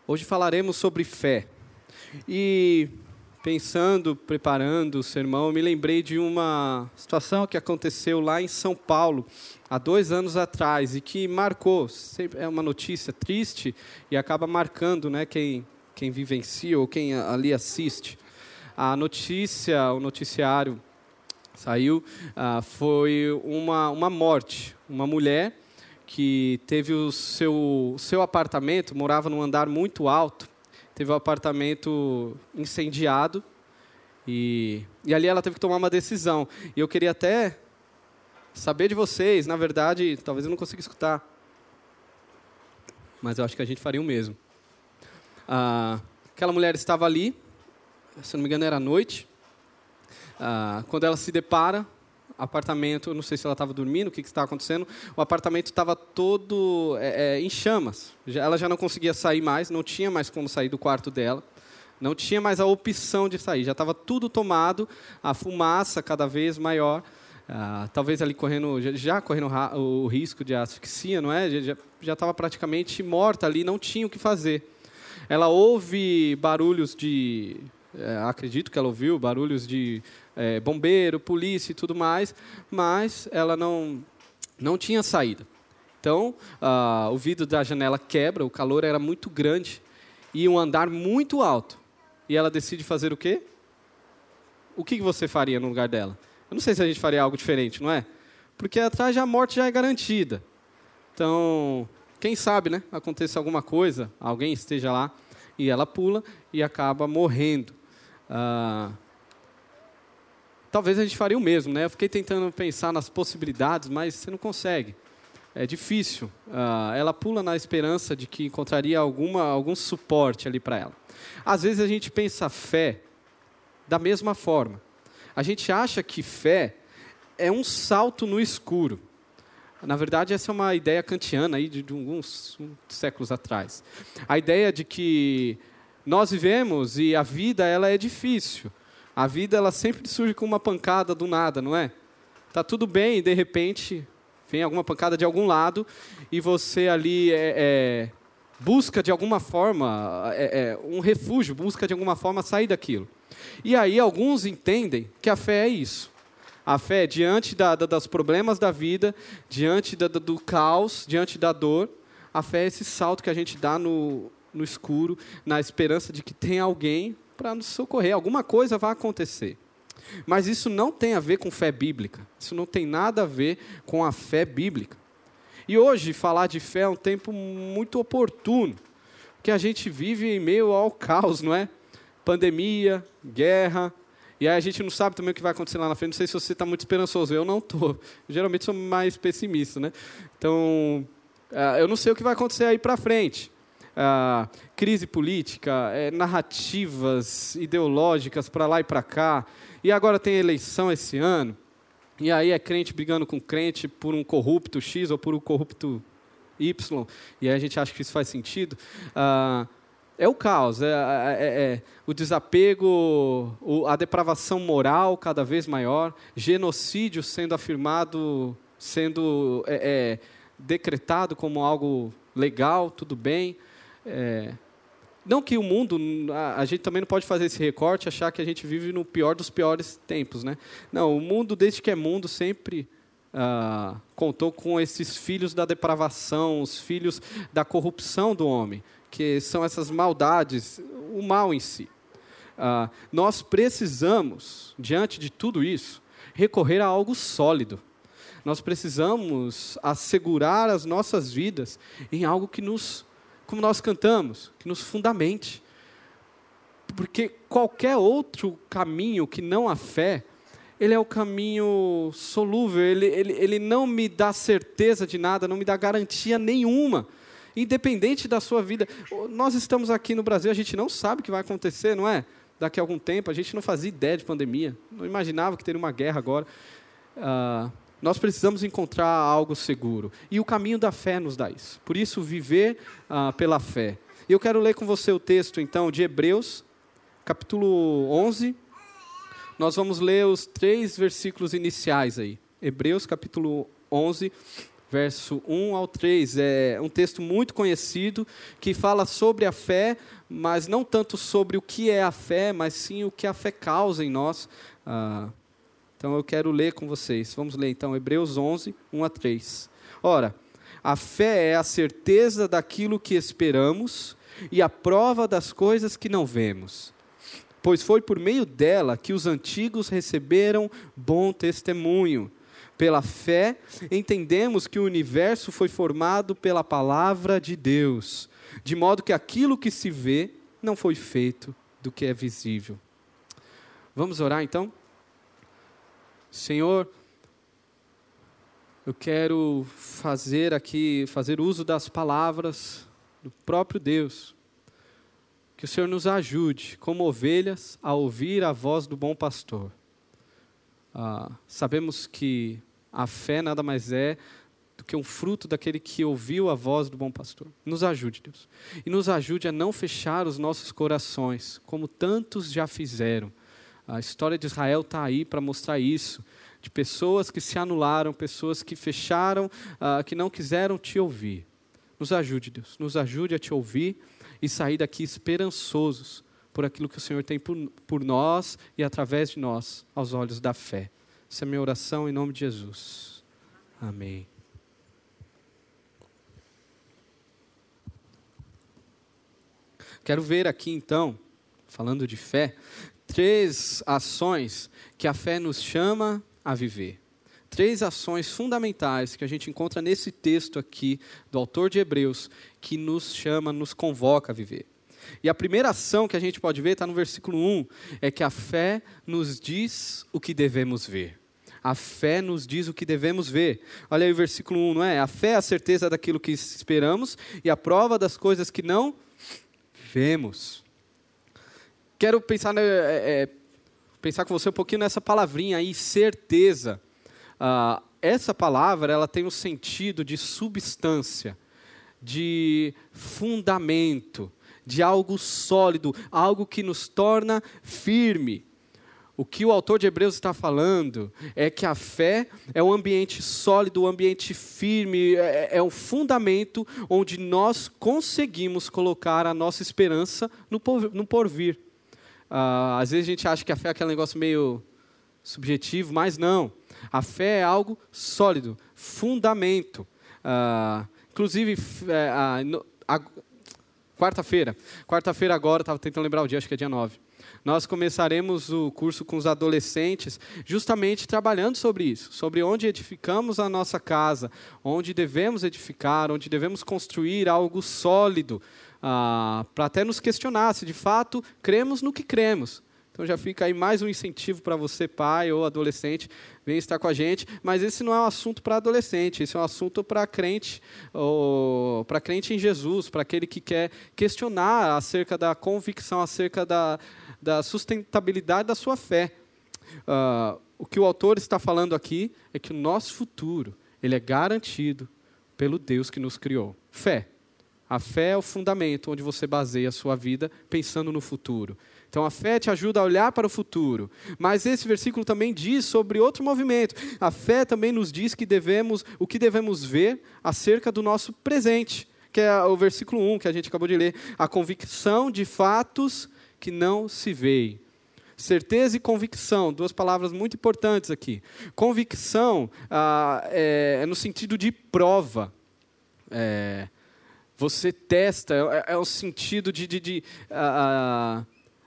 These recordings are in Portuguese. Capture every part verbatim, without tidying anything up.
Hoje falaremos sobre fé. E pensando, preparando o sermão, eu me lembrei de uma situação que aconteceu lá em São Paulo, há dois anos atrás, e que marcou. É uma notícia triste e acaba marcando, né, quem, quem vivencia ou quem ali assiste. A notícia, o noticiário saiu, ah, foi uma, uma morte. Uma mulher que teve o seu, seu apartamento, morava num andar muito alto, teve o apartamento incendiado, e, e ali ela teve que tomar uma decisão. E eu queria até saber de vocês, na verdade, talvez eu não consiga escutar, mas eu acho que a gente faria o mesmo. Ah, aquela mulher estava ali, se não me engano era à noite, ah, quando ela se depara, apartamento, eu não sei se ela estava dormindo, o que, que estava acontecendo, o apartamento estava todo é, é, em chamas. Já, ela já não conseguia sair mais, não tinha mais como sair do quarto dela, não tinha mais a opção de sair, já estava tudo tomado, a fumaça cada vez maior, ah, talvez ali correndo, já, já correndo o risco de asfixia, não é? Já já estava praticamente morta ali, não tinha o que fazer. Ela ouve barulhos de... É, acredito que ela ouviu barulhos de é, bombeiro, polícia e tudo mais, mas ela não, não tinha saída. Então, ah, o vidro da janela quebra, o calor era muito grande e um andar muito alto. E ela decide fazer o quê? O que você faria no lugar dela? Eu não sei se a gente faria algo diferente, não é? Porque atrás já a morte já é garantida. Então, quem sabe, né? Aconteça alguma coisa, alguém esteja lá e ela pula e acaba morrendo. Ah, talvez a gente faria o mesmo, né? Eu fiquei tentando pensar nas possibilidades, mas você não consegue. É difícil. Ah, ela pula na esperança de que encontraria alguma, algum suporte ali para ela. Às vezes a gente pensa fé da mesma forma. A gente acha que fé é um salto no escuro. Na verdade, essa é uma ideia kantiana aí de, de alguns séculos atrás. A ideia de que nós vivemos e a vida ela é difícil. A vida ela sempre surge com uma pancada do nada, não é? Tá tudo bem e de repente vem alguma pancada de algum lado e você ali é, é, busca de alguma forma é, é, um refúgio, busca de alguma forma sair daquilo. E aí alguns entendem que a fé é isso. A fé é diante da, da, dos problemas da vida, diante da, do caos, diante da dor. A fé é esse salto que a gente dá no no escuro, na esperança de que tem alguém para nos socorrer, alguma coisa vai acontecer. Mas isso não tem a ver com fé bíblica, isso não tem nada a ver com a fé bíblica. E hoje, falar de fé é um tempo muito oportuno, porque a gente vive em meio ao caos, não é? Pandemia, guerra, e aí a gente não sabe também o que vai acontecer lá na frente, não sei se você está muito esperançoso, eu não estou, geralmente sou mais pessimista, né? Então, eu não sei o que vai acontecer aí para frente. Ah, crise política, é, narrativas ideológicas para lá e para cá, e agora tem eleição esse ano, e aí é crente brigando com crente por um corrupto X ou por um corrupto Y, e aí a gente acha que isso faz sentido. Ah, é o caos, é, é, é o desapego, o, a depravação moral cada vez maior, genocídio sendo afirmado, sendo é, é, decretado como algo legal, tudo bem. É, não que o mundo, a, a gente também não pode fazer esse recorte e achar que a gente vive no pior dos piores tempos, né? Não, o mundo, desde que é mundo, sempre ah, contou com esses filhos da depravação, os filhos da corrupção do homem, que são essas maldades, o mal em si. Ah, nós precisamos, diante de tudo isso, recorrer a algo sólido. Nós precisamos assegurar as nossas vidas em algo que nos, como nós cantamos, que nos fundamente. Porque qualquer outro caminho que não a fé, ele é o caminho solúvel, ele, ele, ele não me dá certeza de nada, não me dá garantia nenhuma, independente da sua vida. Nós estamos aqui no Brasil, a gente não sabe o que vai acontecer, não é? Daqui a algum tempo, a gente não fazia ideia de pandemia, não imaginava que teria uma guerra agora. Ah, Nós precisamos encontrar algo seguro. E o caminho da fé nos dá isso. Por isso, viver ah, pela fé. E eu quero ler com você o texto, então, de Hebreus, capítulo onze. Nós vamos ler os três versículos iniciais aí. Hebreus, capítulo onze, verso um ao três. É um texto muito conhecido que fala sobre a fé, mas não tanto sobre o que é a fé, mas sim o que a fé causa em nós. Ah, então eu quero ler com vocês. Vamos ler então Hebreus onze, um a três. Ora, a fé é a certeza daquilo que esperamos e a prova das coisas que não vemos. Pois foi por meio dela que os antigos receberam bom testemunho. Pela fé, entendemos que o universo foi formado pela palavra de Deus, de modo que aquilo que se vê não foi feito do que é visível. Vamos orar então? Senhor, eu quero fazer aqui, fazer uso das palavras do próprio Deus. Que o Senhor nos ajude, como ovelhas, a ouvir a voz do bom pastor. Ah, sabemos que a fé nada mais é do que um fruto daquele que ouviu a voz do bom pastor. Nos ajude, Deus. E nos ajude a não fechar os nossos corações, como tantos já fizeram. A história de Israel está aí para mostrar isso. De pessoas que se anularam, pessoas que fecharam, uh, que não quiseram te ouvir. Nos ajude, Deus. Nos ajude a te ouvir e sair daqui esperançosos por aquilo que o Senhor tem por, por nós e através de nós, aos olhos da fé. Essa é a minha oração em nome de Jesus. Amém. Quero ver aqui então, falando de fé, três ações que a fé nos chama a viver. Três ações fundamentais que a gente encontra nesse texto aqui do autor de Hebreus, que nos chama, nos convoca a viver. E a primeira ação que a gente pode ver, está no versículo um, é que a fé nos diz o que devemos ver. A fé nos diz o que devemos ver. Olha aí o versículo um, não é? A fé é a certeza daquilo que esperamos e a prova das coisas que não vemos. Quero pensar, é, é, pensar com você um pouquinho nessa palavrinha aí, certeza. Ah, essa palavra ela tem um sentido de substância, de fundamento, de algo sólido, algo que nos torna firme. O que o autor de Hebreus está falando é que a fé é um ambiente sólido, um ambiente firme, é, é um fundamento onde nós conseguimos colocar a nossa esperança no, por, no porvir. Ah, às vezes a gente acha que a fé é aquele negócio meio subjetivo, mas não. A fé é algo sólido, fundamento. Ah, inclusive, é, a, a, quarta-feira, quarta-feira agora, estava tentando lembrar o dia, acho que é dia nove. Nós começaremos o curso com os adolescentes, justamente trabalhando sobre isso, sobre onde edificamos a nossa casa, onde devemos edificar, onde devemos construir algo sólido, ah, para até nos questionar se de fato cremos no que cremos. Então já fica aí mais um incentivo para você, pai ou adolescente, vem estar com a gente. Mas esse não é um assunto para adolescente, esse é um assunto para crente, ou para crente em Jesus, para aquele que quer questionar acerca da convicção, acerca da, da sustentabilidade da sua fé. Uh, o que o autor está falando aqui é que o nosso futuro ele é garantido pelo Deus que nos criou. Fé. A fé é o fundamento onde você baseia a sua vida pensando no futuro. Então, a fé te ajuda a olhar para o futuro. Mas esse versículo também diz sobre outro movimento. A fé também nos diz que devemos, o que devemos ver acerca do nosso presente, que é o versículo um que a gente acabou de ler. A convicção de fatos que não se veem. Certeza e convicção, duas palavras muito importantes aqui. Convicção ah, é, é no sentido de prova. É, você testa, é, é o sentido de... de, de ah,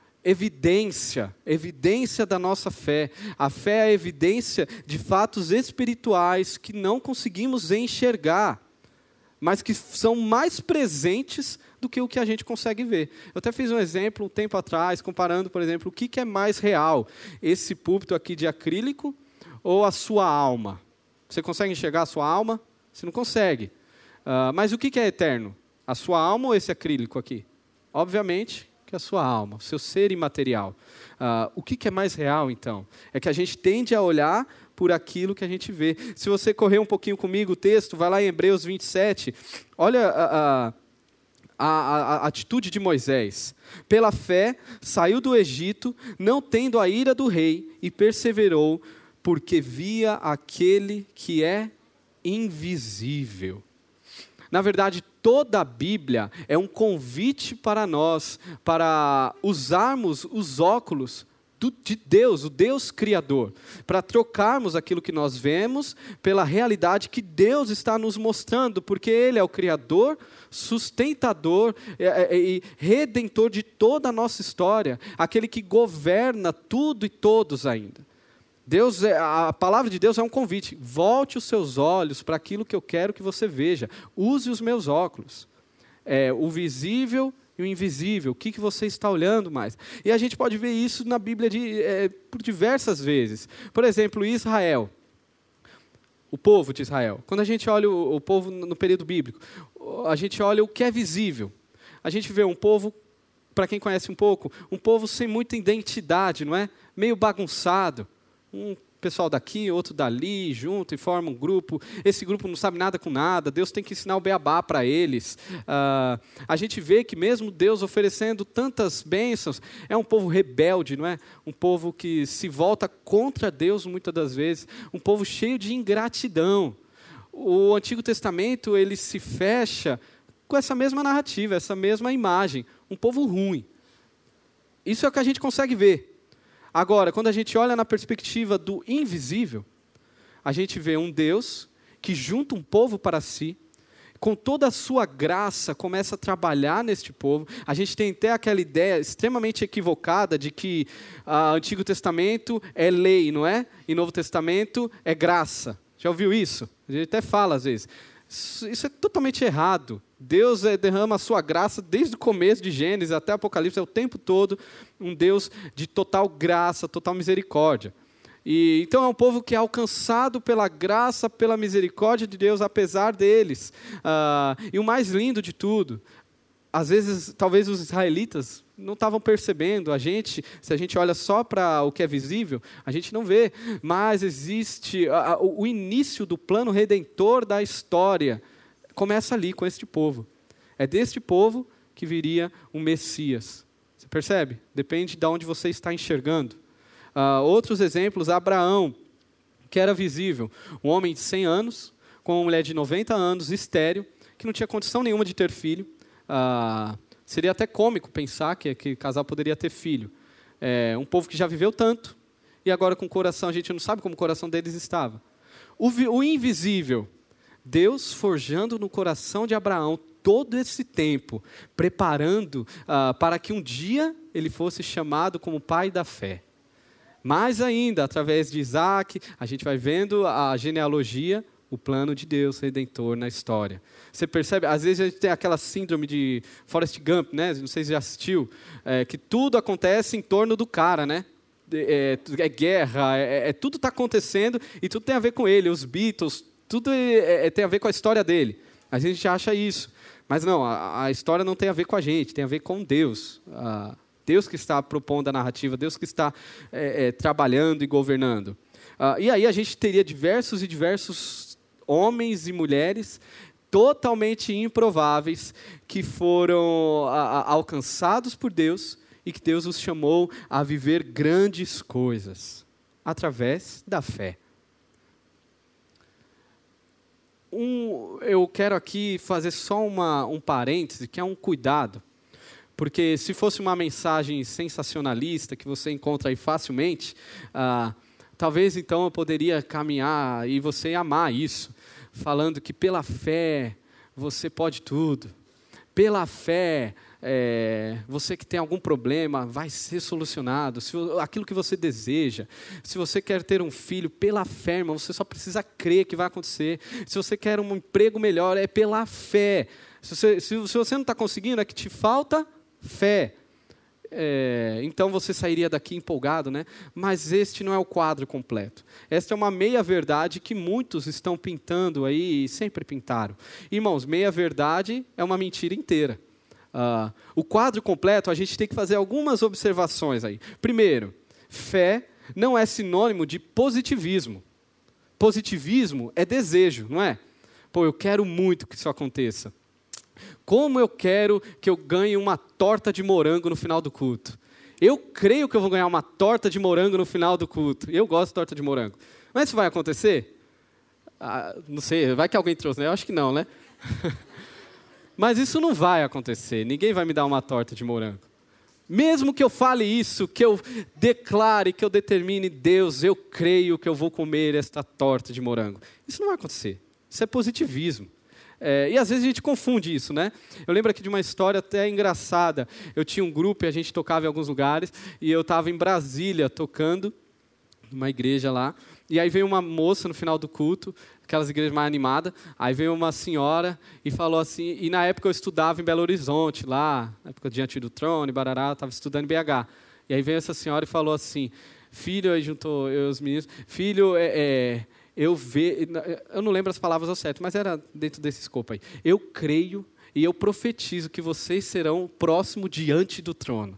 evidência, evidência da nossa fé. A fé é a evidência de fatos espirituais que não conseguimos enxergar, mas que são mais presentes do que o que a gente consegue ver. Eu até fiz um exemplo um tempo atrás, comparando, por exemplo, o que, que é mais real, esse púlpito aqui de acrílico ou a sua alma? Você consegue enxergar a sua alma? Você não consegue. Uh, mas o que, que é eterno? A sua alma ou esse acrílico aqui? Obviamente que a sua alma, o seu ser imaterial. Uh, o que, que é mais real, então? É que a gente tende a olhar por aquilo que a gente vê. Se você correr um pouquinho comigo o texto, vai lá em Hebreus vinte e sete, olha a, a, a, a atitude de Moisés. Pela fé, saiu do Egito, não tendo a ira do rei, e perseverou, porque via aquele que é invisível. Na verdade, toda a Bíblia é um convite para nós, para usarmos os óculos do, de Deus, o Deus Criador, para trocarmos aquilo que nós vemos pela realidade que Deus está nos mostrando, porque Ele é o Criador, sustentador e redentor de toda a nossa história, aquele que governa tudo e todos ainda. Deus é, a palavra de Deus é um convite. Volte os seus olhos para aquilo que eu quero que você veja. Use os meus óculos. É, o visível e o invisível. O que, que você está olhando mais? E a gente pode ver isso na Bíblia de, é, por diversas vezes. Por exemplo, Israel. O povo de Israel. Quando a gente olha o, o povo no período bíblico, a gente olha o que é visível. A gente vê um povo, para quem conhece um pouco, um povo sem muita identidade, não é? Meio bagunçado. Um pessoal daqui, outro dali, junto e forma um grupo. Esse grupo não sabe nada com nada. Deus tem que ensinar o beabá para eles. Uh, a gente vê que mesmo Deus oferecendo tantas bênçãos, é um povo rebelde, não é? Um povo que se volta contra Deus muitas das vezes. Um povo cheio de ingratidão. O Antigo Testamento, ele se fecha com essa mesma narrativa, essa mesma imagem. Um povo ruim. Isso é o que a gente consegue ver. Agora, quando a gente olha na perspectiva do invisível, a gente vê um Deus que junta um povo para si, com toda a sua graça, começa a trabalhar neste povo. A gente tem até aquela ideia extremamente equivocada de que o Antigo Testamento é lei, não é? E Novo Testamento é graça. Já ouviu isso? A gente até fala às vezes. Isso, isso é totalmente errado. Deus é, derrama a sua graça desde o começo de Gênesis até Apocalipse, é o tempo todo um Deus de total graça, total misericórdia. E, então é um povo que é alcançado pela graça, pela misericórdia de Deus, apesar deles. Ah, e o mais lindo de tudo, às vezes, talvez os israelitas não estavam percebendo, a gente, se a gente olha só para o que é visível, a gente não vê, mas existe a, a, o início do plano redentor da história, começa ali com este povo. É deste povo que viria o Messias. Você percebe? Depende de onde você está enxergando. Uh, outros exemplos, Abraão, que era visível, um homem de cem anos, com uma mulher de noventa anos, estéril, que não tinha condição nenhuma de ter filho. Uh, seria até cômico pensar que que casal poderia ter filho. É, um povo que já viveu tanto, e agora com o coração, a gente não sabe como o coração deles estava. O, vi, o invisível, Deus forjando no coração de Abraão todo esse tempo, preparando uh, para que um dia ele fosse chamado como pai da fé. Mais ainda, através de Isaac, a gente vai vendo a genealogia, o plano de Deus redentor na história. Você percebe? Às vezes a gente tem aquela síndrome de Forrest Gump, né? Não sei se já assistiu, é, que tudo acontece em torno do cara, né? É, é guerra, é, é, tudo está acontecendo e tudo tem a ver com ele, os Beatles, tudo é, é, tem a ver com a história dele. A gente acha isso. Mas não, a, a história não tem a ver com a gente, tem a ver com Deus. A, Deus que está propondo a narrativa, Deus que está é, é, trabalhando e governando. Ah, e aí a gente teria diversos e diversos homens e mulheres totalmente improváveis que foram a, a, alcançados por Deus e que Deus os chamou a viver grandes coisas através da fé. Um, eu quero aqui fazer só uma, um parêntese, que é um cuidado. Porque se fosse uma mensagem sensacionalista, que você encontra aí facilmente, ah, talvez então eu poderia caminhar e você amar isso, falando que pela fé você pode tudo. Pela fé, é, você que tem algum problema vai ser solucionado. Se, aquilo que você deseja, se você quer ter um filho, pela fé, irmão, você só precisa crer que vai acontecer. Se você quer um emprego melhor, é pela fé. Se você, se, se você não está conseguindo, é que te falta fé. É, então você sairia daqui empolgado, né? Mas este não é o quadro completo. Esta é uma meia-verdade que muitos estão pintando aí e sempre pintaram. Irmãos, meia-verdade é uma mentira inteira. Uh, o quadro completo, a gente tem que fazer algumas observações aí. Primeiro, fé não é sinônimo de positivismo. Positivismo é desejo, não é? Pô, eu quero muito que isso aconteça. Como eu quero que eu ganhe uma torta de morango no final do culto. Eu creio que eu vou ganhar uma torta de morango no final do culto. Eu gosto de torta de morango. Mas isso vai acontecer? Ah, não sei, vai que alguém trouxe, né? Eu acho que não, né? Mas isso não vai acontecer. Ninguém vai me dar uma torta de morango. Mesmo que eu fale isso, que eu declare, que eu determine, Deus, eu creio que eu vou comer esta torta de morango. Isso não vai acontecer. Isso é positivismo. É, e às vezes a gente confunde isso, né? Eu lembro aqui de uma história até engraçada. Eu tinha um grupo e a gente tocava em alguns lugares, e eu estava em Brasília tocando, numa igreja lá, e aí veio uma moça no final do culto, aquelas igrejas mais animadas, aí veio uma senhora e falou assim, e na época eu estudava em Belo Horizonte, lá, na época diante do trono, e barará, eu estava estudando em B H. E aí veio essa senhora e falou assim, filho, aí juntou eu os meninos, filho, é, é, eu ve, eu não lembro as palavras ao certo, mas era dentro desse escopo aí, eu creio e eu profetizo que vocês serão próximo diante do trono.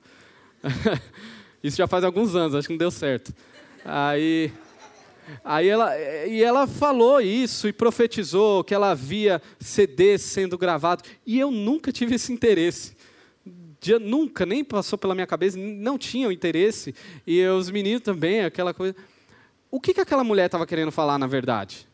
Isso já faz alguns anos, acho que não deu certo. Aí... Aí ela, e ela falou isso e profetizou que ela via C Ds sendo gravados. E eu nunca tive esse interesse. Eu nunca, nem passou pela minha cabeça, não tinha o interesse. E os meninos também, aquela coisa. O que, que aquela mulher estava querendo falar, na verdade?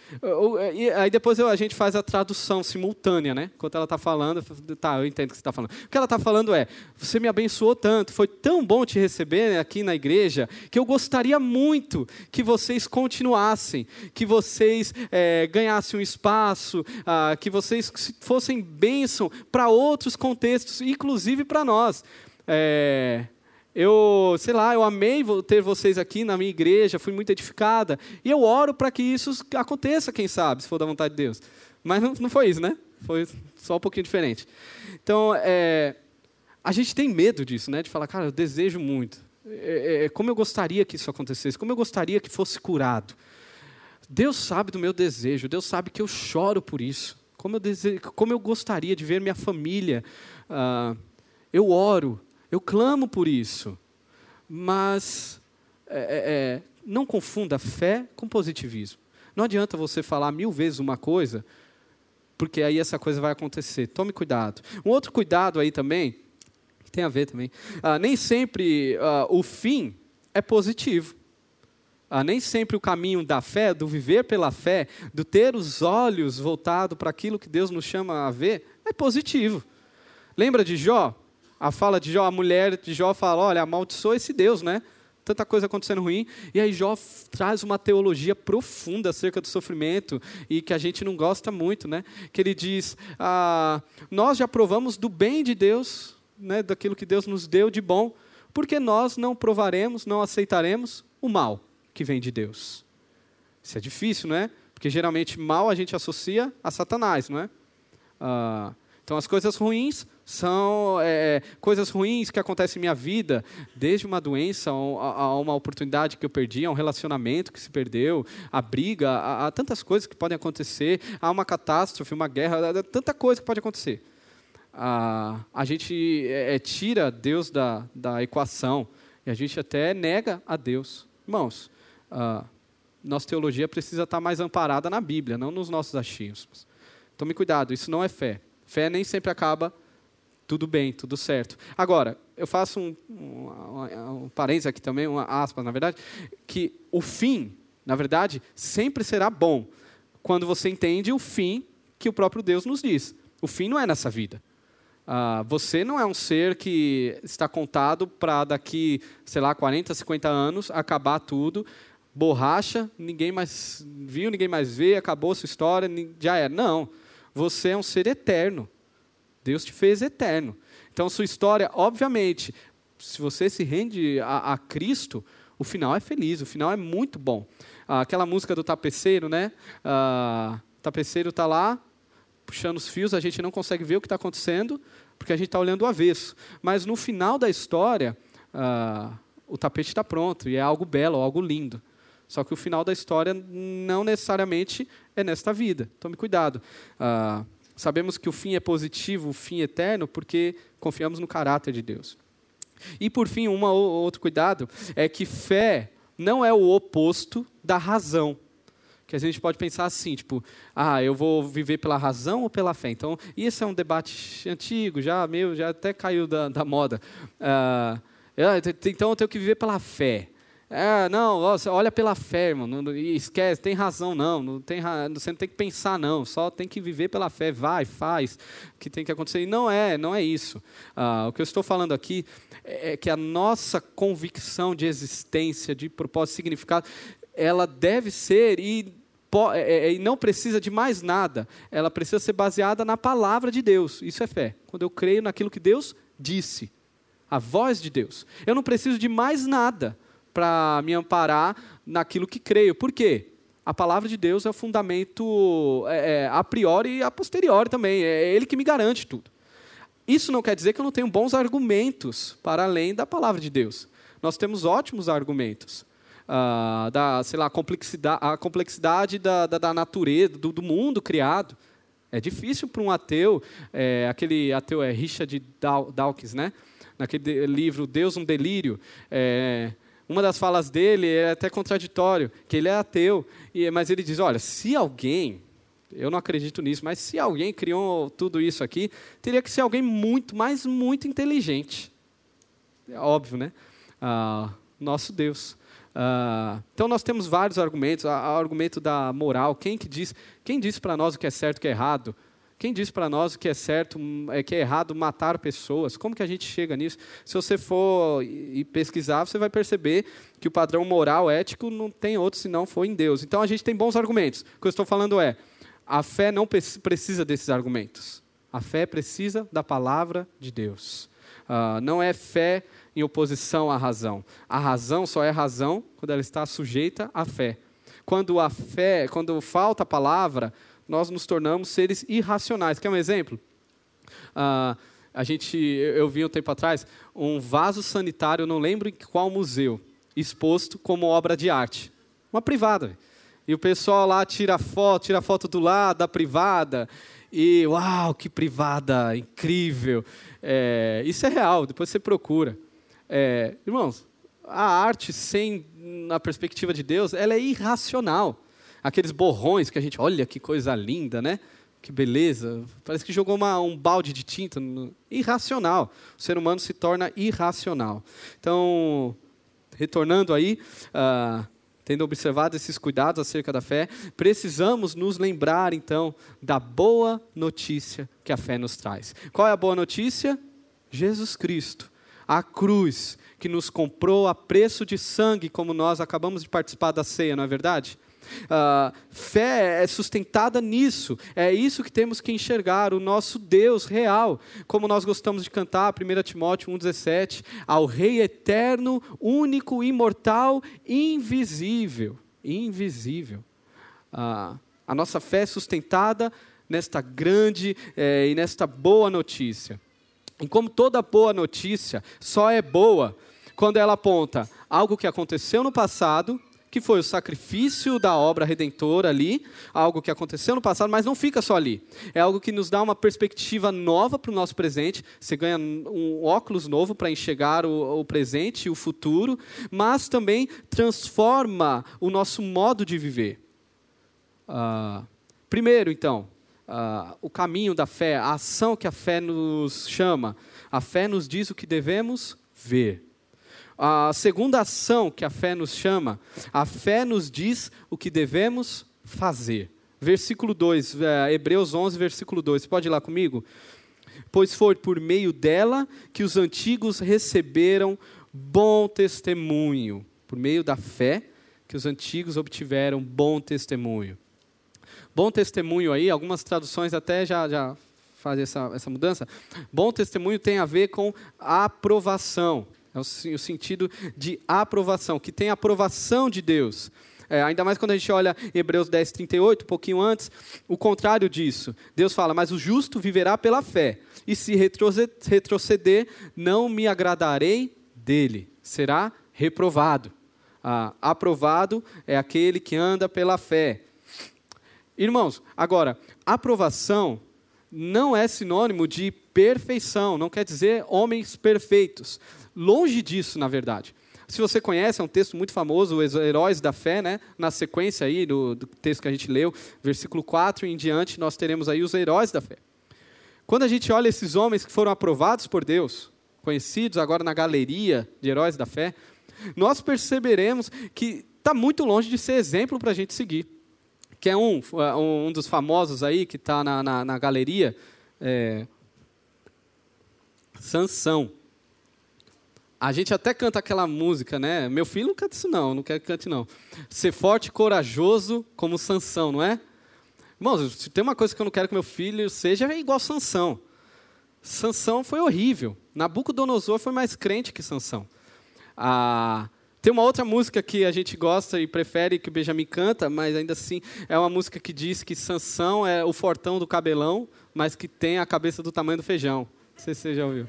E aí depois a gente faz a tradução simultânea, né? Enquanto ela está falando, tá, eu entendo o que você está falando. O que ela está falando é, você me abençoou tanto, foi tão bom te receber aqui na igreja, que eu gostaria muito que vocês continuassem, que vocês é, ganhassem um espaço, ah, que vocês fossem bênção para outros contextos, inclusive para nós. É... Eu, sei lá, eu amei ter vocês aqui na minha igreja, fui muito edificada. E eu oro para que isso aconteça, quem sabe, se for da vontade de Deus. Mas não, não foi isso, né? Foi só um pouquinho diferente. Então, é, a gente tem medo disso, né? De falar, cara, eu desejo muito. É, é, como eu gostaria que isso acontecesse, como eu gostaria que fosse curado. Deus sabe do meu desejo, Deus sabe que eu choro por isso. Como eu, desejo, como eu gostaria de ver minha família. Uh, eu oro. Eu clamo por isso, mas é, é, não confunda fé com positivismo. Não adianta você falar mil vezes uma coisa, porque aí essa coisa vai acontecer. Tome cuidado. Um outro cuidado aí também, que tem a ver também, ah, nem sempre ah, o fim é positivo. Ah, nem sempre o caminho da fé, do viver pela fé, do ter os olhos voltados para aquilo que Deus nos chama a ver, é positivo. Lembra de Jó? A fala de Jó, a mulher de Jó fala, olha, amaldiçoa esse Deus, né? Tanta coisa acontecendo ruim. E aí Jó traz uma teologia profunda acerca do sofrimento e que a gente não gosta muito, né? Que ele diz, ah, nós já provamos do bem de Deus, né? Daquilo que Deus nos deu de bom, porque nós não provaremos, não aceitaremos o mal que vem de Deus. Isso é difícil, não é? Porque geralmente mal a gente associa a Satanás, não é? Ah, então as coisas ruins são é, coisas ruins que acontecem em minha vida, desde uma doença, a, a uma oportunidade que eu perdi, a um relacionamento que se perdeu, a briga, a, a tantas coisas que podem acontecer, a uma catástrofe, uma guerra, a, a tanta coisa que pode acontecer. A, a gente é, tira Deus da, da equação e a gente até nega a Deus. Irmãos, a nossa teologia precisa estar mais amparada na Bíblia, não nos nossos achismos. Tome cuidado, isso não é fé. Fé nem sempre acaba tudo bem, tudo certo. Agora, eu faço um, um, um, um parênteses aqui também, uma aspas, na verdade, que o fim, na verdade, sempre será bom, quando você entende o fim que o próprio Deus nos diz. O fim não é nessa vida. Ah, você não é um ser que está contado para daqui, sei lá, quarenta, cinquenta anos, acabar tudo, borracha, ninguém mais viu, ninguém mais vê, acabou a sua história, já era. Não, você é um ser eterno. Deus te fez eterno. Então, sua história, obviamente, se você se rende a, a Cristo, o final é feliz, o final é muito bom. Ah, aquela música do tapeceiro, né? Ah, o tapeceiro está lá, puxando os fios, a gente não consegue ver o que está acontecendo, porque a gente está olhando o avesso. Mas no final da história, ah, o tapete está pronto, e é algo belo, algo lindo. Só que o final da história não necessariamente é nesta vida. Tome cuidado. Ah, Sabemos que o fim é positivo, o fim é eterno, porque confiamos no caráter de Deus. E, por fim, um outro cuidado é que fé não é o oposto da razão. Que a gente pode pensar assim, tipo, ah, eu vou viver pela razão ou pela fé? Então, isso é um debate antigo, já, meio, já até caiu da, da moda. Ah, então, eu tenho que viver pela fé. É, não, olha pela fé, irmão, não, esquece, tem razão não, não tem, você não tem que pensar não, só tem que viver pela fé, vai, faz, o que tem que acontecer. E não é, não é isso. Ah, o que eu estou falando aqui é que a nossa convicção de existência, de propósito, significado, ela deve ser e, e não precisa de mais nada, ela precisa ser baseada na palavra de Deus, isso é fé, quando eu creio naquilo que Deus disse, a voz de Deus. Eu não preciso de mais nada para me amparar naquilo que creio. Por quê? A palavra de Deus é o fundamento é, é, a priori e a posteriori também. É Ele que me garante tudo. Isso não quer dizer que eu não tenho bons argumentos para além da palavra de Deus. Nós temos ótimos argumentos. Ah, da, sei lá, a complexidade, a complexidade da, da, da natureza, do, do mundo criado. É difícil para um ateu, é, aquele ateu é Richard Dawkins, né? Naquele livro Deus, um Delírio, é, uma das falas dele é até contraditório, que ele é ateu, e, mas ele diz, olha, se alguém, eu não acredito nisso, mas se alguém criou tudo isso aqui, teria que ser alguém muito, mas muito inteligente. É óbvio, né? Ah, nosso Deus. Ah, então nós temos vários argumentos, o argumento da moral, quem que diz, quem diz para nós o que é certo e o que é errado? Quem diz para nós o que é certo, é que é errado matar pessoas? Como que a gente chega nisso? Se você for e pesquisar, você vai perceber que o padrão moral, ético, não tem outro se não for em Deus. Então, a gente tem bons argumentos. O que eu estou falando é, a fé não precisa desses argumentos. A fé precisa da palavra de Deus. Uh, não é fé em oposição à razão. A razão só é razão quando ela está sujeita à fé. Quando a fé, quando falta a palavra, nós nos tornamos seres irracionais. Quer um exemplo? Ah, a gente, eu vi um tempo atrás um vaso sanitário, eu não lembro em qual museu, exposto como obra de arte. Uma privada. E o pessoal lá tira foto, tira foto do lado da privada, e uau, que privada incrível. É, isso é real, depois você procura. É, irmãos, a arte sem a perspectiva de Deus, ela é irracional. Aqueles borrões que a gente, olha que coisa linda, né? Que beleza. Parece que jogou uma, um balde de tinta. No... Irracional. O ser humano se torna irracional. Então, retornando aí, uh, tendo observado esses cuidados acerca da fé, precisamos nos lembrar, então, da boa notícia que a fé nos traz. Qual é a boa notícia? Jesus Cristo. A cruz que nos comprou a preço de sangue, como nós acabamos de participar da ceia, não é verdade? Uh, fé é sustentada nisso, é isso que temos que enxergar, o nosso Deus real, como nós gostamos de cantar, primeiro Timóteo um, dezessete, ao Rei eterno, único, imortal, invisível, invisível. Uh, a nossa fé é sustentada nesta grande eh, e nesta boa notícia. E como toda boa notícia só é boa quando ela aponta algo que aconteceu no passado, que foi o sacrifício da obra redentora ali, algo que aconteceu no passado, mas não fica só ali. É algo que nos dá uma perspectiva nova para o nosso presente, você ganha um óculos novo para enxergar o, o presente e o futuro, mas também transforma o nosso modo de viver. Uh, primeiro, então, uh, o caminho da fé, a ação que a fé nos chama. A fé nos diz o que devemos ver. A segunda ação que a fé nos chama, a fé nos diz o que devemos fazer. Versículo dois, é, Hebreus onze, versículo dois. Você pode ir lá comigo? Pois foi por meio dela que os antigos receberam bom testemunho. Por meio da fé que os antigos obtiveram bom testemunho. Bom testemunho aí, algumas traduções até já, já fazem essa, essa mudança. Bom testemunho tem a ver com aprovação. É o, o sentido de aprovação, que tem a aprovação de Deus. É, ainda mais quando a gente olha Hebreus dez, trinta e oito, um pouquinho antes, o contrário disso. Deus fala, mas o justo viverá pela fé, e se retroceder, não me agradarei dele, será reprovado. Ah, aprovado é aquele que anda pela fé. Irmãos, agora, aprovação não é sinônimo de perfeição, não quer dizer homens perfeitos. Longe disso, na verdade. Se você conhece, é um texto muito famoso, os heróis da fé, né? Na sequência aí do, do texto que a gente leu, versículo quatro e em diante, nós teremos aí os heróis da fé. Quando a gente olha esses homens que foram aprovados por Deus, conhecidos agora na galeria de heróis da fé, nós perceberemos que está muito longe de ser exemplo para a gente seguir. Que é um, um dos famosos aí, que está na, na, na galeria, é, Sansão. A gente até canta aquela música, né? Meu filho não canta isso não, não quero que cante não. Ser forte e corajoso como Sansão, não é? Irmãos, se tem uma coisa que eu não quero que meu filho seja, é igual Sansão. Sansão foi horrível. Nabucodonosor foi mais crente que Sansão. Ah, tem uma outra música que a gente gosta e prefere, que o Benjamin canta, mas ainda assim é uma música que diz que Sansão é o fortão do cabelão, mas que tem a cabeça do tamanho do feijão. Não sei se você já ouviu.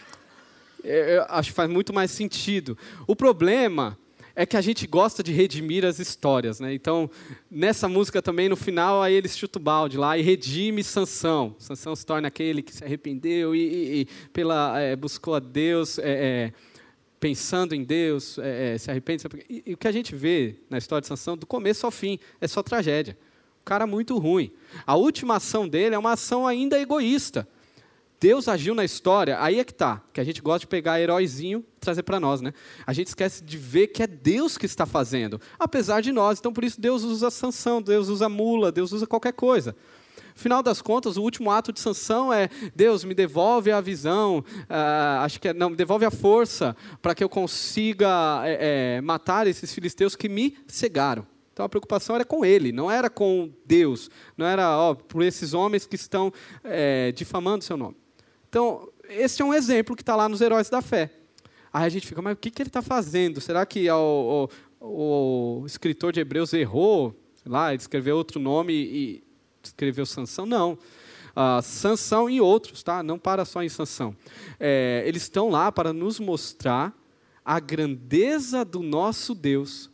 Eu acho que faz muito mais sentido. O problema é que a gente gosta de redimir as histórias, né? Então, nessa música também, no final, aí eles chutam o balde lá e redime Sansão. Sansão se torna aquele que se arrependeu e, e, e pela, é, buscou a Deus, é, é, pensando em Deus, é, é, se arrepende. E, e o que a gente vê na história de Sansão, do começo ao fim, é só tragédia. O cara muito ruim. A última ação dele é uma ação ainda egoísta. Deus agiu na história, aí é que está, que a gente gosta de pegar heróizinho e trazer para nós, né? A gente esquece de ver que é Deus que está fazendo, apesar de nós. Então, por isso, Deus usa Sansão, Deus usa mula, Deus usa qualquer coisa. Afinal das contas, o último ato de Sansão é: Deus, me devolve a visão, uh, acho que é, não, me devolve a força para que eu consiga é, é, matar esses filisteus que me cegaram. Então, a preocupação era com ele, não era com Deus, não era ó, por esses homens que estão é, difamando seu nome. Então, esse é um exemplo que está lá nos heróis da fé. Aí a gente fica, mas o que, que ele está fazendo? Será que o, o, o escritor de Hebreus errou? Lá, ele escreveu outro nome e escreveu Sansão? Não. Uh, Sansão e outros, tá? Não para só em Sansão. É, eles estão lá para nos mostrar a grandeza do nosso Deus,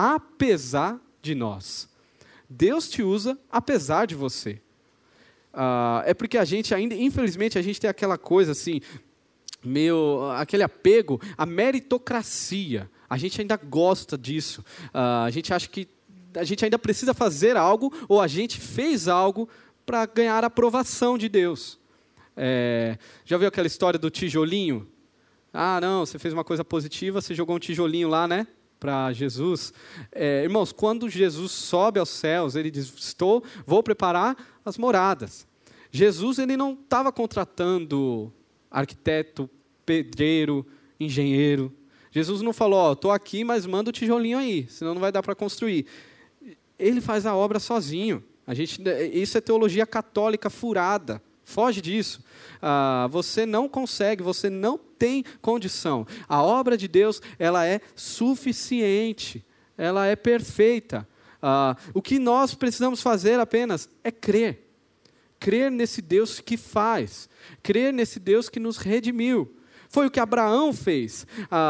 apesar de nós. Deus te usa apesar de você. Uh, é porque a gente ainda, infelizmente, a gente tem aquela coisa assim, meio, aquele apego à meritocracia. A gente ainda gosta disso. Uh, a gente acha que a gente ainda precisa fazer algo, ou a gente fez algo para ganhar a aprovação de Deus. É, já viu aquela história do tijolinho? Ah, não, você fez uma coisa positiva, você jogou um tijolinho lá, né? Para Jesus. É, irmãos, quando Jesus sobe aos céus, ele diz, estou, vou preparar as moradas. Jesus, ele não estava contratando arquiteto, pedreiro, engenheiro. Jesus não falou, ó, estou aqui, mas manda o tijolinho aí, senão não vai dar para construir. Ele faz a obra sozinho. A gente, isso é teologia católica furada. Foge disso. Ah, você não consegue, você não tem condição. A obra de Deus, ela é suficiente, ela é perfeita. Ah, o que nós precisamos fazer apenas é crer. Crer nesse Deus que faz. Crer nesse Deus que nos redimiu. Foi o que Abraão fez.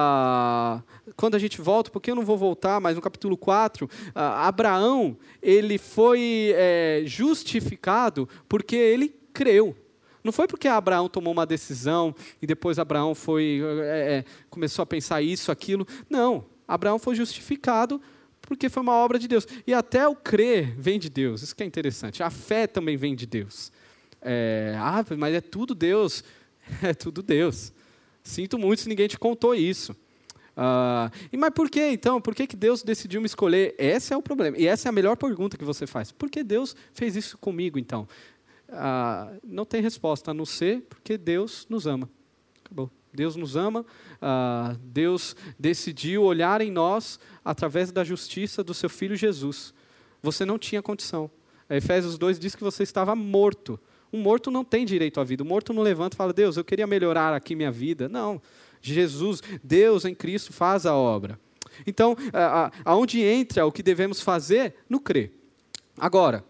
Ah, quando a gente volta, porque eu não vou voltar, mas no capítulo quatro, ah, Abraão, ele foi é, justificado porque ele creu. Não foi porque Abraão tomou uma decisão e depois Abraão foi, é, é, começou a pensar isso, aquilo. Não, Abraão foi justificado porque foi uma obra de Deus. E até o crer vem de Deus, isso que é interessante. A fé também vem de Deus. É, ah, mas é tudo Deus. É tudo Deus. Sinto muito se ninguém te contou isso. Ah, e mas por que então? Por que, que Deus decidiu me escolher? Esse é o problema. E essa é a melhor pergunta que você faz. Por que Deus fez isso comigo então? Ah, não tem resposta, a não ser porque Deus nos ama. Acabou. Deus nos ama, ah, Deus decidiu olhar em nós através da justiça do seu Filho Jesus. Você não tinha condição. A Efésios dois diz que você estava morto. Um morto não tem direito à vida. O morto não levanta e fala, Deus, eu queria melhorar aqui minha vida. Não. Jesus, Deus em Cristo faz a obra. Então, aonde entra o que devemos fazer? No crer. Agora,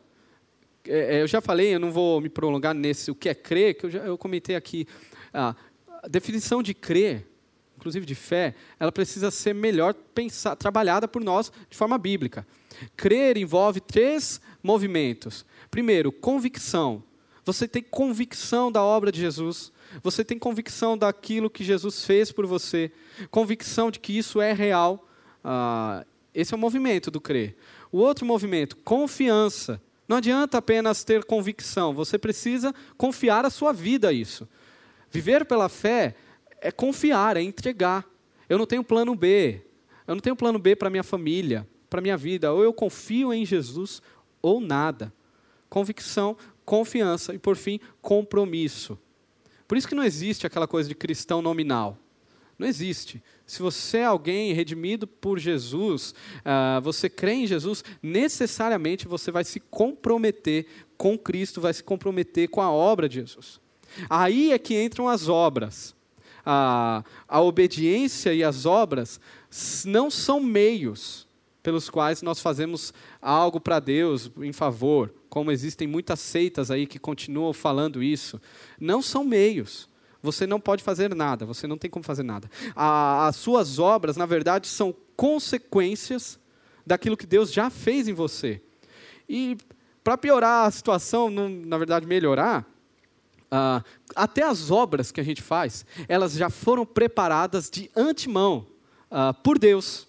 eu já falei, eu não vou me prolongar nesse o que é crer, que eu, já, eu comentei aqui. Ah, a definição de crer, inclusive de fé, ela precisa ser melhor pensar, trabalhada por nós de forma bíblica. Crer envolve três movimentos. Primeiro, convicção. Você tem convicção da obra de Jesus. Você tem convicção daquilo que Jesus fez por você. Convicção de que isso é real. Ah, esse é o movimento do crer. O outro movimento, confiança. Não adianta apenas ter convicção, você precisa confiar a sua vida a isso. Viver pela fé é confiar, é entregar. Eu não tenho plano B. Eu não tenho plano B para minha família, para minha vida. Ou eu confio em Jesus ou nada. Convicção, confiança e, por fim, compromisso. Por isso que não existe aquela coisa de cristão nominal. Não existe. Se você é alguém redimido por Jesus, uh, você crê em Jesus, necessariamente você vai se comprometer com Cristo, vai se comprometer com a obra de Jesus. Aí é que entram as obras. A, a obediência e as obras não são meios pelos quais nós fazemos algo para Deus em favor, como existem muitas seitas aí que continuam falando isso. Não são meios. Você não pode fazer nada, você não tem como fazer nada. A, as suas obras, na verdade, são consequências daquilo que Deus já fez em você. E para piorar a situação, não, na verdade melhorar, uh, até as obras que a gente faz, elas já foram preparadas de antemão uh, por Deus.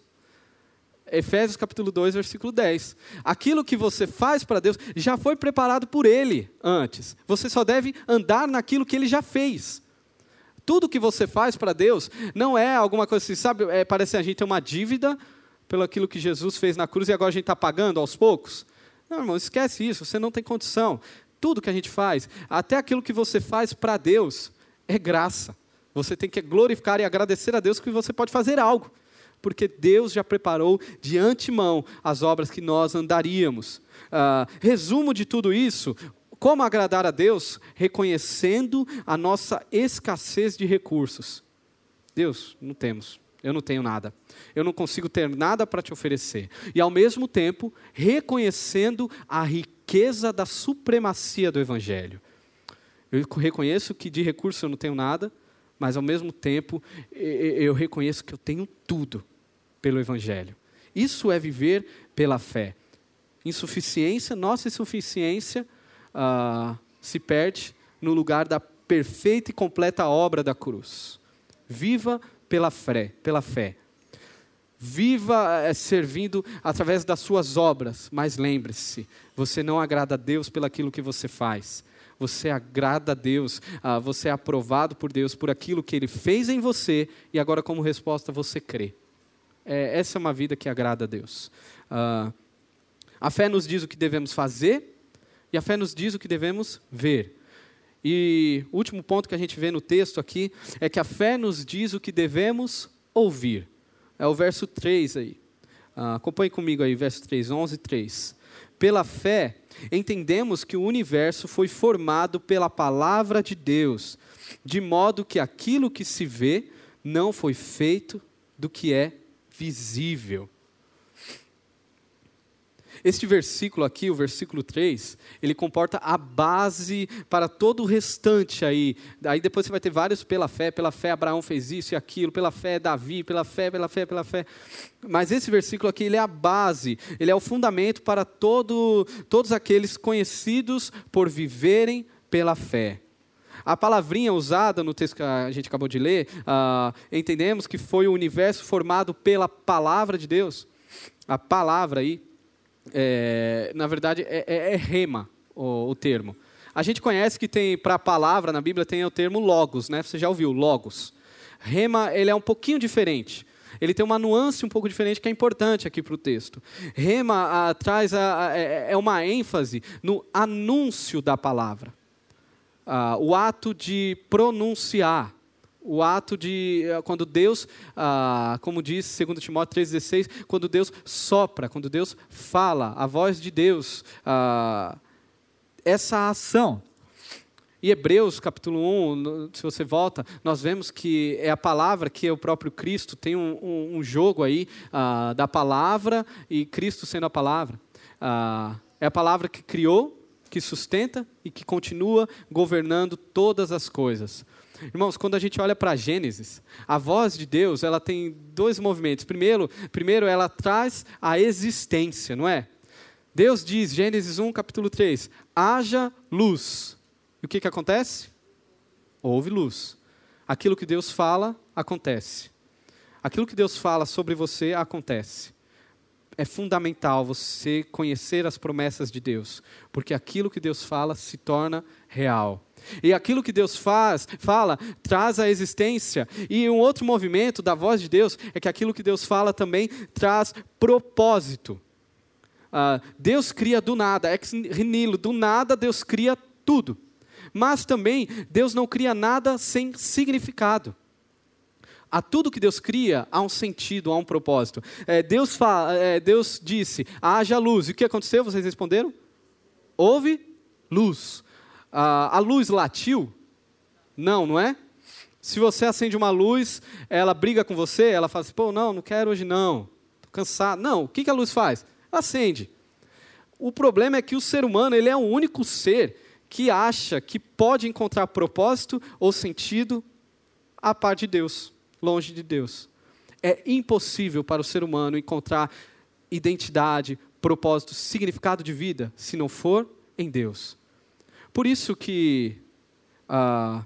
Efésios capítulo dois, versículo dez. Aquilo que você faz para Deus já foi preparado por Ele antes. Você só deve andar naquilo que Ele já fez. Tudo que você faz para Deus não é alguma coisa assim, sabe? É, parece que a gente tem uma dívida pelo aquilo que Jesus fez na cruz e agora a gente está pagando aos poucos. Não, irmão, esquece isso, você não tem condição. Tudo que a gente faz, até aquilo que você faz para Deus, é graça. Você tem que glorificar e agradecer a Deus que você pode fazer algo. Porque Deus já preparou de antemão as obras que nós andaríamos. Uh, resumo de tudo isso, como agradar a Deus? Reconhecendo a nossa escassez de recursos. Deus, não temos, eu não tenho nada. Eu não consigo ter nada para te oferecer. E ao mesmo tempo, reconhecendo a riqueza da supremacia do Evangelho. Eu reconheço que de recursos eu não tenho nada, mas ao mesmo tempo eu reconheço que eu tenho tudo pelo Evangelho. Isso é viver pela fé. Insuficiência, nossa insuficiência uh, se perde no lugar da perfeita e completa obra da cruz. Viva pela fé, pela fé. Viva uh, servindo através das suas obras, mas lembre-se, você não agrada a Deus pelaquilo que você faz. Você agrada a Deus, uh, você é aprovado por Deus por aquilo que Ele fez em você e agora como resposta você crê. É, essa é uma vida que agrada a Deus. Uh, a fé nos diz o que devemos fazer e a fé nos diz o que devemos ver. E o último ponto que a gente vê no texto aqui é que a fé nos diz o que devemos ouvir. É o verso três aí. Uh, acompanhe comigo aí, verso três, onze, três. Pela fé, entendemos que o universo foi formado pela palavra de Deus, de modo que aquilo que se vê não foi feito do que é visível. Este versículo aqui, o versículo três, ele comporta a base para todo o restante aí. Aí depois você vai ter vários pela fé, pela fé Abraão fez isso e aquilo, pela fé Davi, pela fé, pela fé, pela fé. Mas esse versículo aqui, ele é a base, ele é o fundamento para todo, todos aqueles conhecidos por viverem pela fé. A palavrinha usada no texto que a gente acabou de ler, uh, entendemos que foi o universo formado pela palavra de Deus. A palavra aí, é, na verdade, é, é, é rema, o, o termo. A gente conhece que tem, para a palavra na Bíblia, tem o termo logos, né? Você já ouviu, logos. Rema, ele é um pouquinho diferente. Ele tem uma nuance um pouco diferente que é importante aqui para o texto. Rema a, traz a, a, é uma ênfase no anúncio da palavra. Uh, o ato de pronunciar, o ato de, uh, quando Deus, uh, como diz segundo Timóteo três, dezesseis, quando Deus sopra, quando Deus fala, a voz de Deus, uh, essa ação. E Hebreus capítulo um, no, se você volta, nós vemos que é a palavra que é o próprio Cristo, tem um, um, um jogo aí uh, da palavra e Cristo sendo a palavra. Uh, é a palavra que criou, que sustenta e que continua governando todas as coisas. Irmãos, quando a gente olha para Gênesis, a voz de Deus, ela tem dois movimentos. Primeiro, primeiro, ela traz a existência, não é? Deus diz, Gênesis um, capítulo três, haja luz. E o que, que acontece? Houve luz. Aquilo que Deus fala, acontece. Aquilo que Deus fala sobre você, acontece. é fundamental você conhecer as promessas de Deus, porque aquilo que Deus fala se torna real. E aquilo que Deus faz, fala, traz à existência. E um outro movimento da voz de Deus é que aquilo que Deus fala também traz propósito. Uh, Deus cria do nada, ex nihilo, do nada Deus cria tudo. Mas também Deus não cria nada sem significado. A tudo que Deus cria, há um sentido, há um propósito. É, Deus, fala, é, Deus disse, haja luz. E o que aconteceu? Vocês responderam? Houve luz. Ah, a luz latiu? Não, não é? Se você acende uma luz, ela briga com você, ela fala assim, pô, não, não quero hoje não, estou cansado. Não, o que, que a luz faz? Ela acende. O problema é que o ser humano, ele é o único ser que acha que pode encontrar propósito ou sentido à parte de Deus, longe de Deus. É impossível para o ser humano encontrar identidade, propósito, significado de vida, se não for em Deus. Por isso que ah,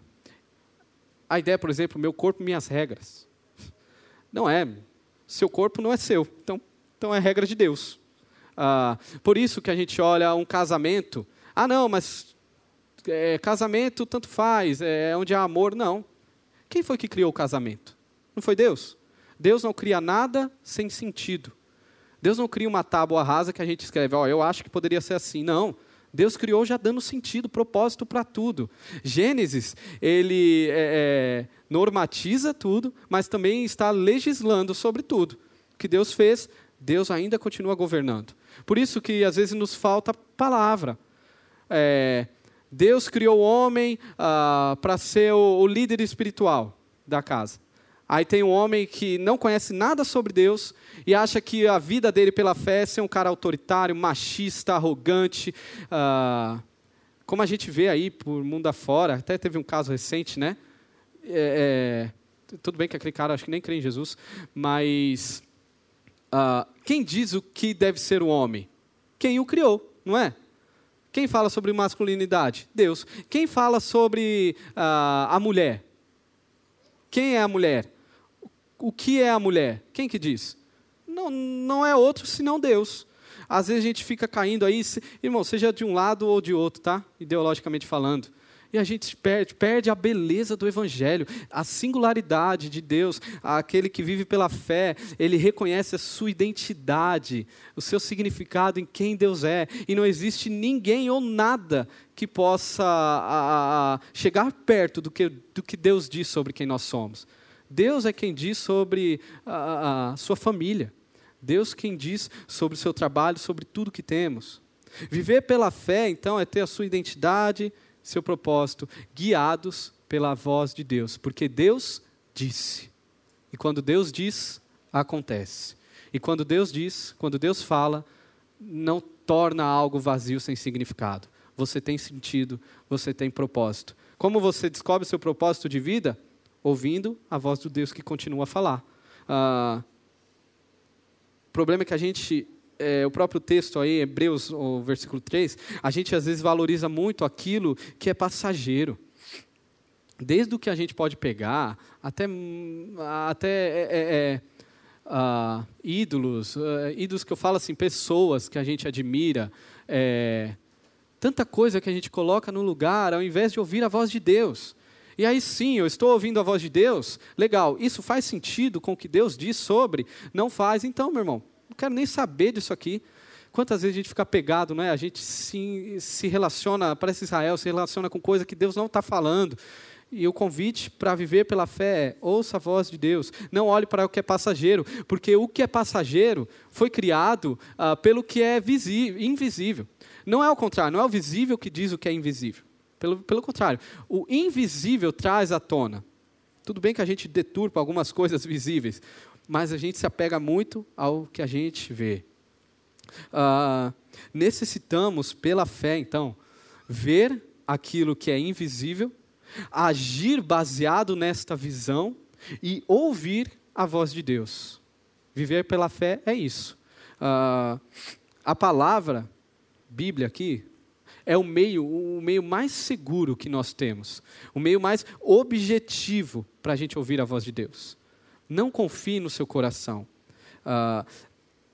a ideia, por exemplo, meu corpo, minhas regras. Não é, seu corpo não é seu, então, então é regra de Deus. Ah, por isso que a gente olha um casamento, ah não, mas é, casamento tanto faz, é onde há amor, não. Quem foi que criou o casamento? Não foi Deus? Deus não cria nada sem sentido. Deus não cria uma tábua rasa que a gente escreve, ó, oh, eu acho que poderia ser assim, não. Deus criou já dando sentido, propósito para tudo. Gênesis, ele é, é, normatiza tudo, mas também está legislando sobre tudo. O que Deus fez, Deus ainda continua governando. Por isso que às vezes nos falta palavra. É, Deus criou o homem ah, para ser o, o líder espiritual da casa. Aí tem um homem que não conhece nada sobre Deus e acha que a vida dele pela fé é ser um cara autoritário, machista, arrogante. Ah, como a gente vê aí por mundo afora, até teve um caso recente, né? É, é, tudo bem que aquele cara acho que nem crê em Jesus, mas ah, quem diz o que deve ser o homem? Quem o criou, não é? Quem fala sobre masculinidade? Deus. Quem fala sobre ah, a mulher? Quem é a mulher? O que é a mulher? Quem que diz? Não, não é outro senão Deus. Às vezes a gente fica caindo aí, se, irmão, seja de um lado ou de outro, tá? Ideologicamente falando. E a gente perde, perde a beleza do Evangelho, a singularidade de Deus, aquele que vive pela fé, ele reconhece a sua identidade, o seu significado em quem Deus é. E não existe ninguém ou nada que possa a, a, chegar perto do que, do que Deus diz sobre quem nós somos. Deus é quem diz sobre a, a sua família. Deus quem diz sobre o seu trabalho, sobre tudo que temos. Viver pela fé, então, é ter a sua identidade, seu propósito, guiados pela voz de Deus. Porque Deus disse. E quando Deus diz, acontece. E quando Deus diz, quando Deus fala, não torna algo vazio sem significado. Você tem sentido, você tem propósito. Como você descobre seu propósito de vida? Ouvindo a voz do Deus que continua a falar. Ah, o problema é que a gente, é, o próprio texto aí, Hebreus, o versículo três, a gente às vezes valoriza muito aquilo que é passageiro. Desde o que a gente pode pegar, até, até é, é, ah, ídolos, é, ídolos que eu falo assim, pessoas que a gente admira, é, tanta coisa que a gente coloca no lugar ao invés de ouvir a voz de Deus. E aí sim, eu estou ouvindo a voz de Deus, legal, isso faz sentido com o que Deus diz sobre? Não faz, então, meu irmão, não quero nem saber disso aqui. Quantas vezes a gente fica pegado, não é? A gente se, se relaciona, parece Israel, se relaciona com coisa que Deus não está falando. E o convite para viver pela fé é, ouça a voz de Deus, não olhe para o que é passageiro, porque o que é passageiro foi criado ah, pelo que é visível, invisível. Não é o contrário, não é o visível que diz o que é invisível. Pelo, pelo contrário, o invisível traz à tona. Tudo bem que a gente deturpa algumas coisas visíveis, mas a gente se apega muito ao que a gente vê. Ah, necessitamos, pela fé, então, ver aquilo que é invisível, agir baseado nesta visão e ouvir a voz de Deus. Viver pela fé é isso. Ah, a palavra, Bíblia aqui, é o meio, o meio mais seguro que nós temos. O meio mais objetivo para a gente ouvir a voz de Deus. Não confie no seu coração. Ah,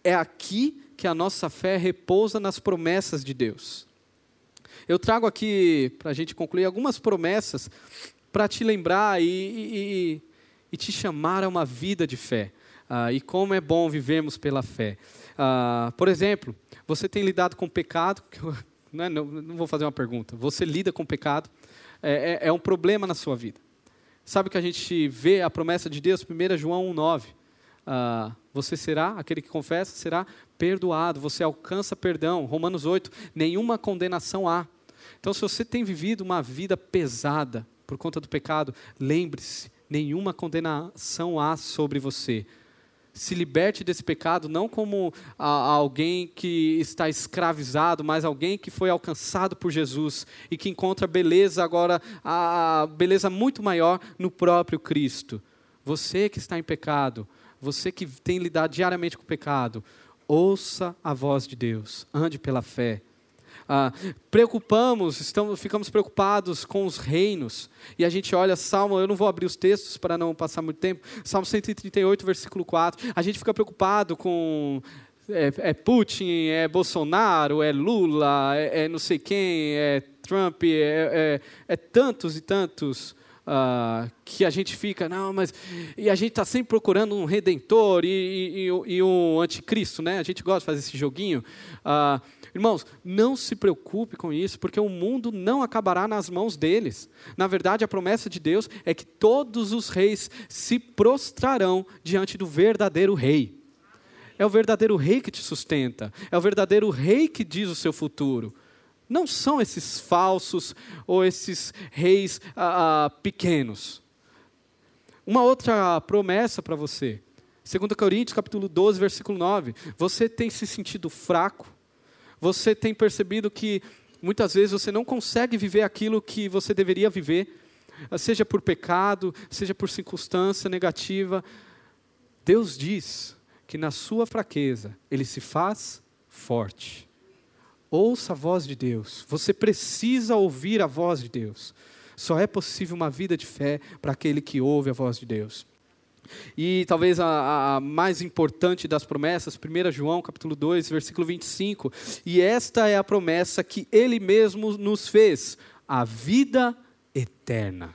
É aqui que a nossa fé repousa nas promessas de Deus. Eu trago aqui, para a gente concluir, algumas promessas para te lembrar e, e, e te chamar a uma vida de fé. Ah, e como é bom vivermos pela fé. Ah, por exemplo, você tem lidado com o pecado, não, é, não, não vou fazer uma pergunta, você lida com o pecado, é, é, é um problema na sua vida. Sabe que a gente vê a promessa de Deus, primeiro João um, nove. Ah, você será, aquele que confessa, será perdoado, você alcança perdão. Romanos oito, nenhuma condenação há. Então, se você tem vivido uma vida pesada por conta do pecado, lembre-se, nenhuma condenação há sobre você. Se liberte desse pecado, não como a, a alguém que está escravizado, mas alguém que foi alcançado por Jesus e que encontra beleza agora, a, a beleza muito maior no próprio Cristo. Você que está em pecado, você que tem lidado diariamente com o pecado, ouça a voz de Deus, ande pela fé. Ah, preocupamos, estamos, ficamos preocupados com os reinos, e a gente olha Salmo, eu não vou abrir os textos para não passar muito tempo, Salmo cento e trinta e oito, versículo quatro, a gente fica preocupado com é, é Putin, é Bolsonaro, é Lula, é, é não sei quem, é Trump, é, é, é tantos e tantos, Uh, que a gente fica, não, mas... E a gente está sempre procurando um redentor e, e, e, e um anticristo, né? A gente gosta de fazer esse joguinho. Uh, irmãos, não se preocupe com isso, porque o mundo não acabará nas mãos deles. Na verdade, a promessa de Deus é que todos os reis se prostrarão diante do verdadeiro rei. É o verdadeiro rei que te sustenta. É o verdadeiro rei que diz o seu futuro. Não são esses falsos ou esses reis ah, ah, pequenos. Uma outra promessa para você. Segunda Coríntios, capítulo doze, versículo nove. Você tem se sentido fraco? Você tem percebido que muitas vezes você não consegue viver aquilo que você deveria viver? Seja por pecado, seja por circunstância negativa. Deus diz que na sua fraqueza Ele se faz forte. Ouça a voz de Deus. Você precisa ouvir a voz de Deus. Só é possível uma vida de fé para aquele que ouve a voz de Deus. E talvez a, a mais importante das promessas, primeiro João capítulo dois, versículo vinte e cinco. E esta é a promessa que Ele mesmo nos fez, a vida eterna.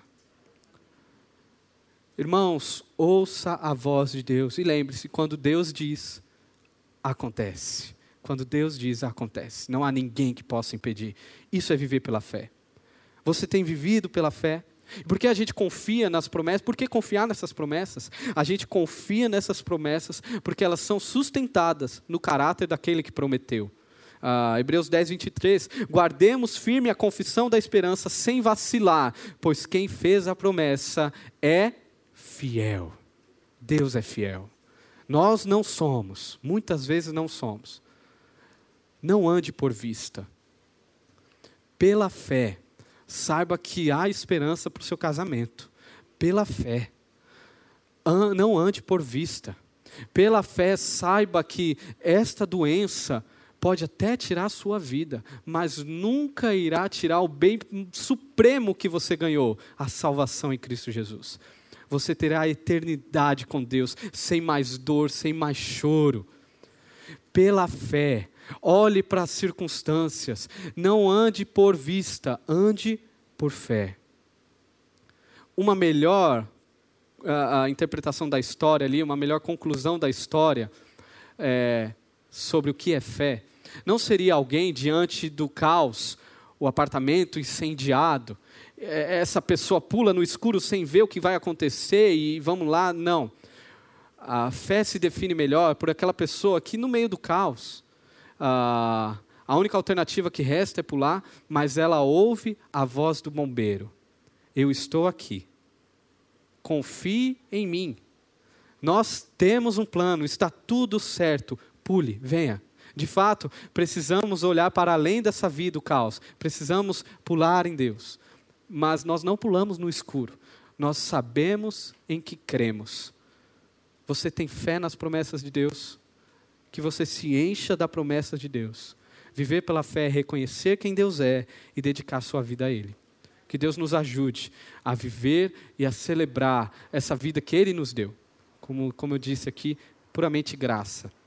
Irmãos, ouça a voz de Deus. E lembre-se, quando Deus diz, acontece. Quando Deus diz, acontece. Não há ninguém que possa impedir. Isso é viver pela fé. Você tem vivido pela fé? Por que a gente confia nas promessas? Por que confiar nessas promessas? A gente confia nessas promessas porque elas são sustentadas no caráter daquele que prometeu. Uh, Hebreus dez, vinte e três. Guardemos firme a confissão da esperança sem vacilar, pois quem fez a promessa é fiel. Deus é fiel. Nós não somos, muitas vezes não somos. Não ande por vista. Pela fé, saiba que há esperança para o seu casamento. Pela fé. An- não ande por vista. Pela fé, saiba que esta doença pode até tirar a sua vida, mas nunca irá tirar o bem supremo que você ganhou, a salvação em Cristo Jesus. Você terá a eternidade com Deus, sem mais dor, sem mais choro. Pela fé, olhe para as circunstâncias, não ande por vista, ande por fé. Uma melhor a, a interpretação da história ali, uma melhor conclusão da história é, sobre o que é fé, não seria alguém diante do caos, o apartamento incendiado, é, essa pessoa pula no escuro sem ver o que vai acontecer e vamos lá, não. A fé se define melhor por aquela pessoa que no meio do caos, ah, a única alternativa que resta é pular, mas ela ouve a voz do bombeiro. Eu estou aqui. Confie em mim. Nós temos um plano, está tudo certo. Pule, venha. De fato, precisamos olhar para além dessa vida, o caos. Precisamos pular em Deus. Mas nós não pulamos no escuro. Nós sabemos em que cremos. Você tem fé nas promessas de Deus? Que você se encha da promessa de Deus. Viver pela fé é reconhecer quem Deus é e dedicar sua vida a Ele. Que Deus nos ajude a viver e a celebrar essa vida que Ele nos deu. Como, como eu disse aqui, puramente graça.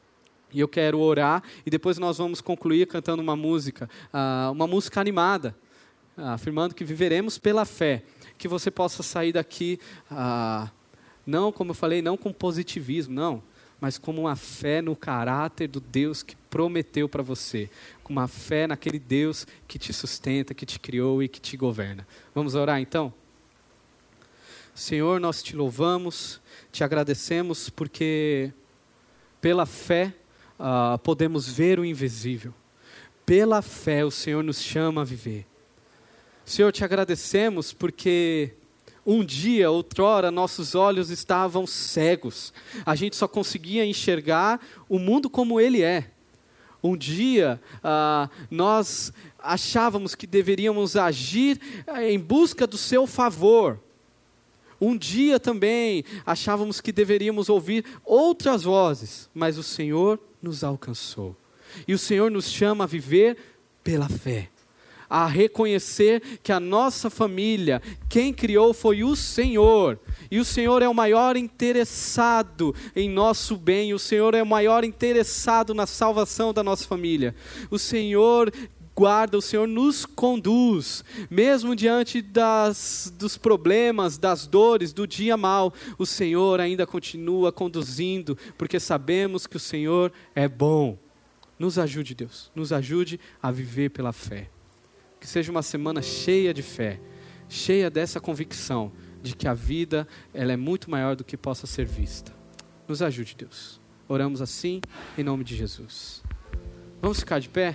E eu quero orar e depois nós vamos concluir cantando uma música, uh, uma música animada, uh, afirmando que viveremos pela fé. Que você possa sair daqui, uh, não, como eu falei, não com positivismo, não, mas como uma fé no caráter do Deus que prometeu para você. Com uma fé naquele Deus que te sustenta, que te criou e que te governa. Vamos orar então? Senhor, nós te louvamos, te agradecemos porque pela fé, Uh, podemos ver o invisível. Pela fé o Senhor nos chama a viver. Senhor, te agradecemos porque um dia, outrora, nossos olhos estavam cegos. A gente só conseguia enxergar o mundo como ele é. Um dia uh, nós achávamos que deveríamos agir em busca do seu favor. Um dia também achávamos que deveríamos ouvir outras vozes, mas o Senhor nos alcançou. E o Senhor nos chama a viver pela fé, a reconhecer que a nossa família, quem criou foi o Senhor. E o Senhor é o maior interessado em nosso bem, o Senhor é o maior interessado na salvação da nossa família. O Senhor guarda, o Senhor nos conduz, mesmo diante das, dos problemas, das dores, do dia mau, o Senhor ainda continua conduzindo, porque sabemos que o Senhor é bom. Nos ajude, Deus, nos ajude a viver pela fé. Que seja uma semana cheia de fé, cheia dessa convicção de que a vida ela é muito maior do que possa ser vista. Nos ajude, Deus. Oramos assim, em nome de Jesus. Vamos ficar de pé?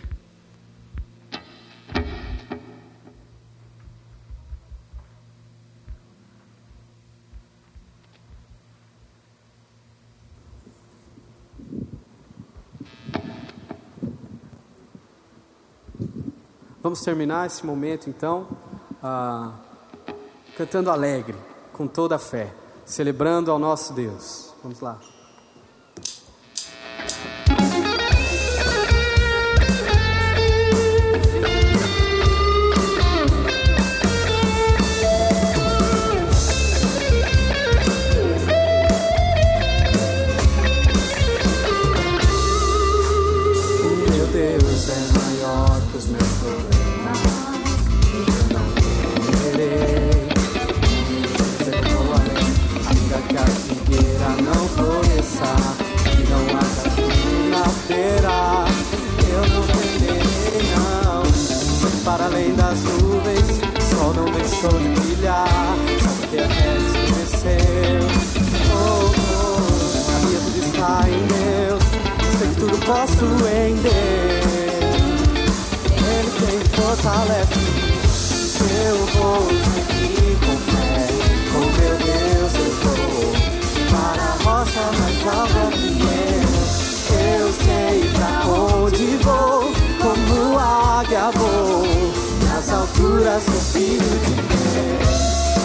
Vamos terminar esse momento então, ah, cantando alegre, com toda a fé, celebrando ao nosso Deus. Vamos lá. Meu Deus é maior que os meus problemas. Que a figueira não floresça e não haja fruto na feira, eu não temerei não. Foi para além das nuvens, o sol não deixou de brilhar, só que a terra escureceu. Oh, oh, a minha vida está em Deus, eu sei que tudo posso em Deus. Ele quem me fortalece, eu vou seguir com fé, com meu Deus eu vou para a rocha mais alta que eu. Eu sei pra onde vou, como águia vou, nas alturas sou filho de Deus.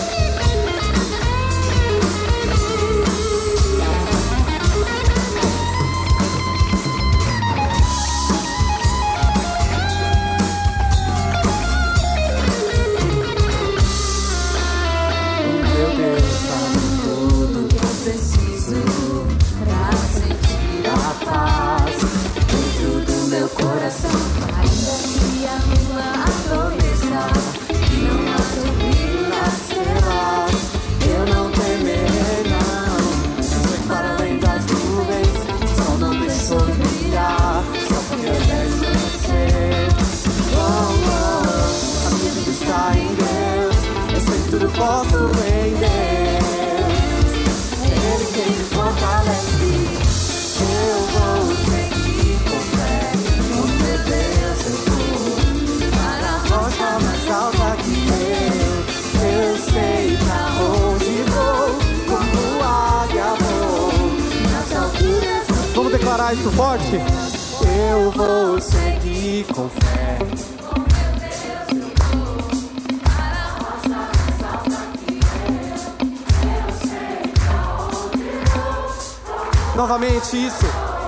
Coração, ainda que a lua adormeça e não haja brilho nas estrelas, eu não temerei não. Foi para além das nuvens, o sol não deixou de brilhar, só porque eu desço você. Oh, oh, a minha vida está em Deus, eu sei que tudo posso em Deus. Ele quem me fortalece, eu vou seguir com fé. Deus eu vou para a rocha mais alta que eu. Eu sei pra onde vou, como águia vou, nas alturas. Vamos declarar isso forte? Eu vou seguir com fé. Com meu Deus eu vou para a rocha mais alta que eu. Eu sei pra onde vou. Novamente isso.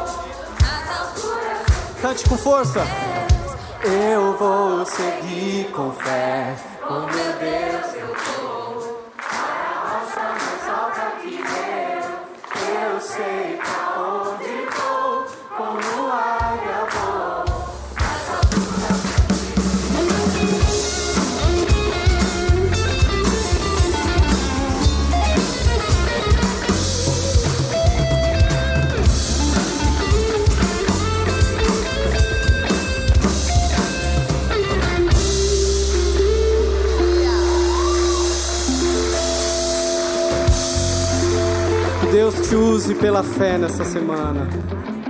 Cante com força. Eu vou seguir com fé. Com meu Deus eu vou para a rocha mais alta que eu. Eu sei pra onde vou, como te use pela fé nessa semana.